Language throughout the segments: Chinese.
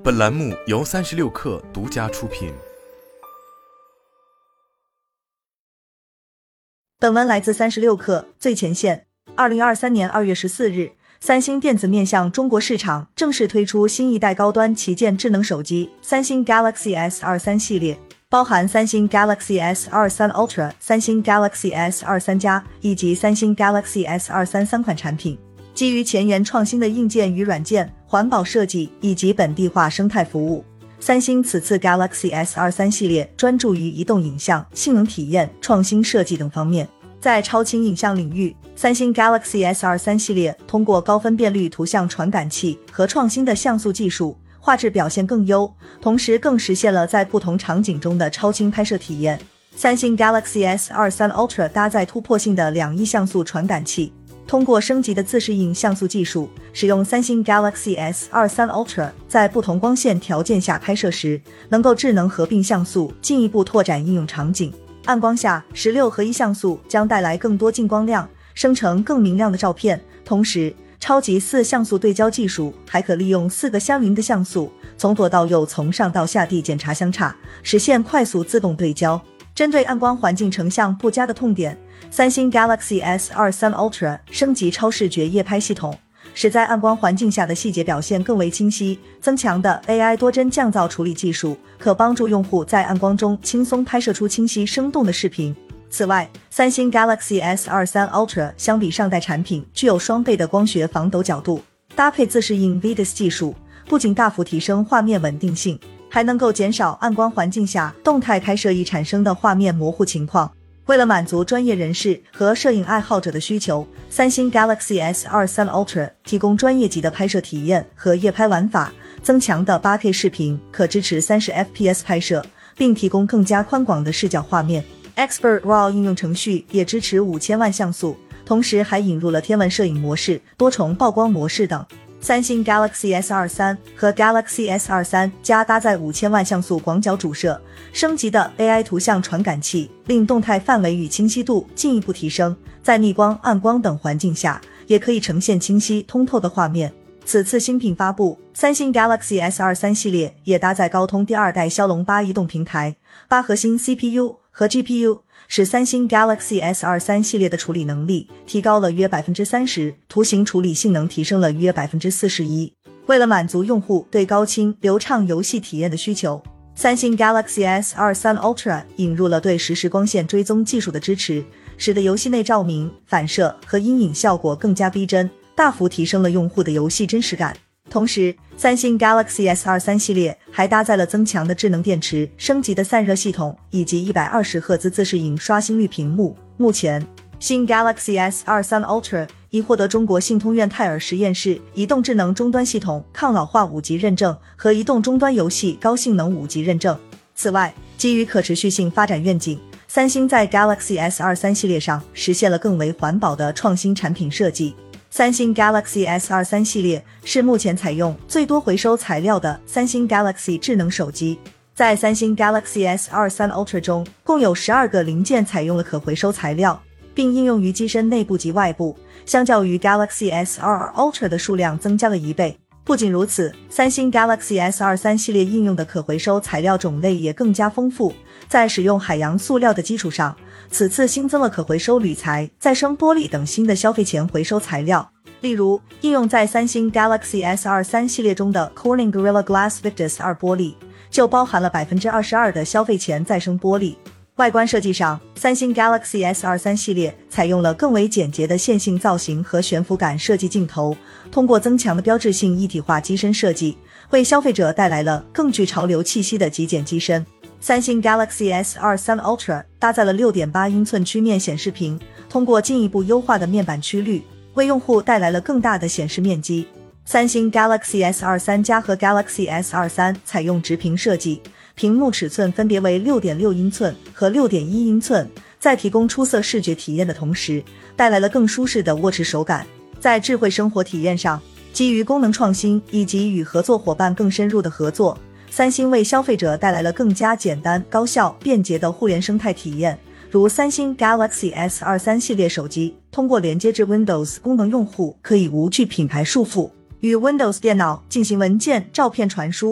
本栏目由36氪独家出品。 本文来自36氪最前线。2023年2月14日，三星电子面向中国市场正式推出新一代高端旗舰智能手机三星 Galaxy S23 系列，包含三星 Galaxy S23 Ultra、三星 Galaxy S23 Plus 以及三星 Galaxy S23 3款产品。基于前沿创新的硬件与软件、环保设计以及本地化生态服务，三星此次 Galaxy S23 系列专注于移动影像、性能体验、创新设计等方面。在超清影像领域，三星 Galaxy S23 系列通过高分辨率图像传感器和创新的像素技术，画质表现更优，同时更实现了在不同场景中的超清拍摄体验。三星 Galaxy S23 Ultra 搭载突破性的2亿像素传感器，通过升级的自适应像素技术，使用三星 Galaxy S23 Ultra 在不同光线条件下拍摄时，能够智能合并像素，进一步拓展应用场景。暗光下，16合一像素将带来更多进光量，生成更明亮的照片。同时，超级4像素对焦技术还可利用4个相邻的像素，从左到右、从上到下地检查相差，实现快速自动对焦。针对暗光环境成像不佳的痛点，三星 Galaxy S23 Ultra 升级超视觉夜拍系统，使在暗光环境下的细节表现更为清晰。增强的 AI 多帧降噪处理技术可帮助用户在暗光中轻松拍摄出清晰生动的视频。此外，三星 Galaxy S23 Ultra 相比上代产品具有双倍的光学防抖角度，搭配自适应 VDIS 技术，不仅大幅提升画面稳定性，还能够减少暗光环境下动态拍摄易产生的画面模糊情况。为了满足专业人士和摄影爱好者的需求，三星 Galaxy S23 Ultra 提供专业级的拍摄体验和夜拍玩法，增强的 8K 视频可支持30 FPS 拍摄，并提供更加宽广的视角画面。Expert RAW 应用程序也支持5000万像素，同时还引入了天文摄影模式、多重曝光模式等。三星 Galaxy S23 和 Galaxy S23 加搭载5000万像素广角主摄，升级的 AI 图像传感器令动态范围与清晰度进一步提升，在逆光、暗光等环境下也可以呈现清晰通透的画面。此次新品发布，三星 Galaxy S23 系列也搭载高通第2代骁龙8移动平台，8核心 CPU 和 GPU， 使三星 Galaxy S23 系列的处理能力提高了约 30%， 图形处理性能提升了约 41%。 为了满足用户对高清流畅游戏体验的需求，三星 Galaxy S23 Ultra 引入了对实时光线追踪技术的支持，使得游戏内照明、反射和阴影效果更加逼真，大幅提升了用户的游戏真实感。同时，三星 Galaxy S23 系列还搭载了增强的智能电池、升级的散热系统以及120赫兹自适应刷新率屏幕。目前，新 Galaxy S23 Ultra 已获得中国信通院泰尔实验室移动智能终端系统抗老化5级认证和移动终端游戏高性能5级认证。此外，基于可持续性发展愿景，三星在 Galaxy S23 系列上实现了更为环保的创新产品设计。三星 Galaxy S23 系列是目前采用最多回收材料的三星 Galaxy 智能手机。在三星 Galaxy S23 Ultra 中，共有12个零件采用了可回收材料，并应用于机身内部及外部，相较于 Galaxy S22 Ultra 的数量增加了1倍。不仅如此，三星 Galaxy S23 系列应用的可回收材料种类也更加丰富，在使用海洋塑料的基础上，此次新增了可回收铝材、再生玻璃等新的消费前回收材料。例如，应用在三星 Galaxy S23 系列中的 Corning Gorilla Glass Victus 2玻璃就包含了 22% 的消费前再生玻璃。外观设计上，三星 Galaxy S23 系列采用了更为简洁的线性造型和悬浮感设计镜头，通过增强的标志性一体化机身设计，为消费者带来了更具潮流气息的极简机身。三星 Galaxy S23 Ultra 搭载了 6.8 英寸曲面显示屏，通过进一步优化的面板曲率，为用户带来了更大的显示面积。三星 Galaxy S23 Plus 和 Galaxy S23 采用直屏设计，屏幕尺寸分别为 6.6 英寸和 6.1 英寸，在提供出色视觉体验的同时，带来了更舒适的握持手感。在智慧生活体验上，基于功能创新以及与合作伙伴更深入的合作，三星为消费者带来了更加简单、高效、便捷的互联生态体验。如三星 Galaxy S23 系列手机通过连接至 Windows 功能，用户可以无惧品牌束缚，与 Windows 电脑进行文件、照片传输，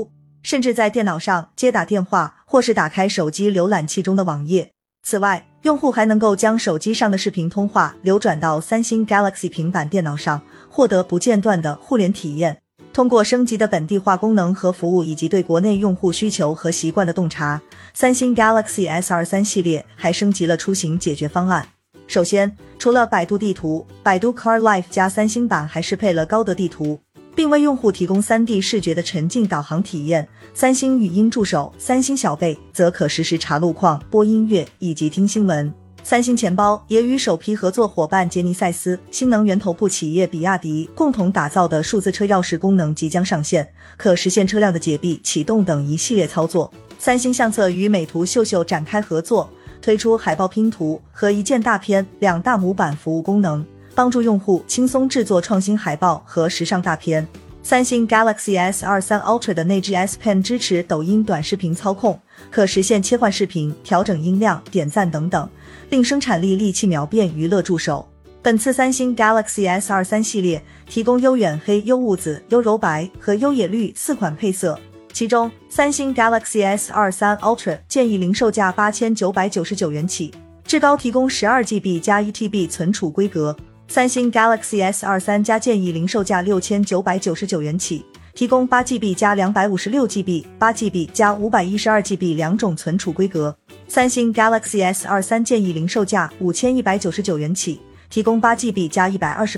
甚至在电脑上接打电话或是打开手机浏览器中的网页。此外，用户还能够将手机上的视频通话流转到三星 Galaxy 平板电脑上，获得不间断的互联体验。通过升级的本地化功能和服务，以及对国内用户需求和习惯的洞察，三星 Galaxy S23 系列还升级了出行解决方案。首先，除了百度地图，百度 Car Life 加三星版还适配了高德地图，并为用户提供 3D 视觉的沉浸导航体验。三星语音助手三星小贝则可实时查路况、播音乐以及听新闻。三星钱包也与首批合作伙伴杰尼赛斯、新能源头部企业比亚迪共同打造的数字车钥匙功能即将上线，可实现车辆的解闭、启动等一系列操作。三星相册与美图秀秀展开合作，推出海报拼图和一键大片2大模板服务功能，帮助用户轻松制作创新海报和时尚大片。三星 Galaxy S23 Ultra 的内置 S Pen 支持抖音短视频操控，可实现切换视频、调整音量、点赞等等，令生产力利器秒变娱乐助手。本次三星 Galaxy S23 系列提供优远黑、优雾紫、优柔白和优野绿4款配色，其中三星 Galaxy S23 Ultra 建议零售价8999元起，至高提供 12GB 加 1TB 存储规格。三星 Galaxy S23 加建议零售价6999元起，提供 8GB 加 256GB、8GB 加 512GB 两种存储规格。三星 Galaxy S23 建议零售价5199元起，提供 8GB 加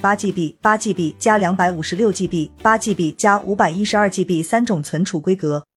128GB、8GB 加 256GB、8GB 加 512GB 三种存储规格。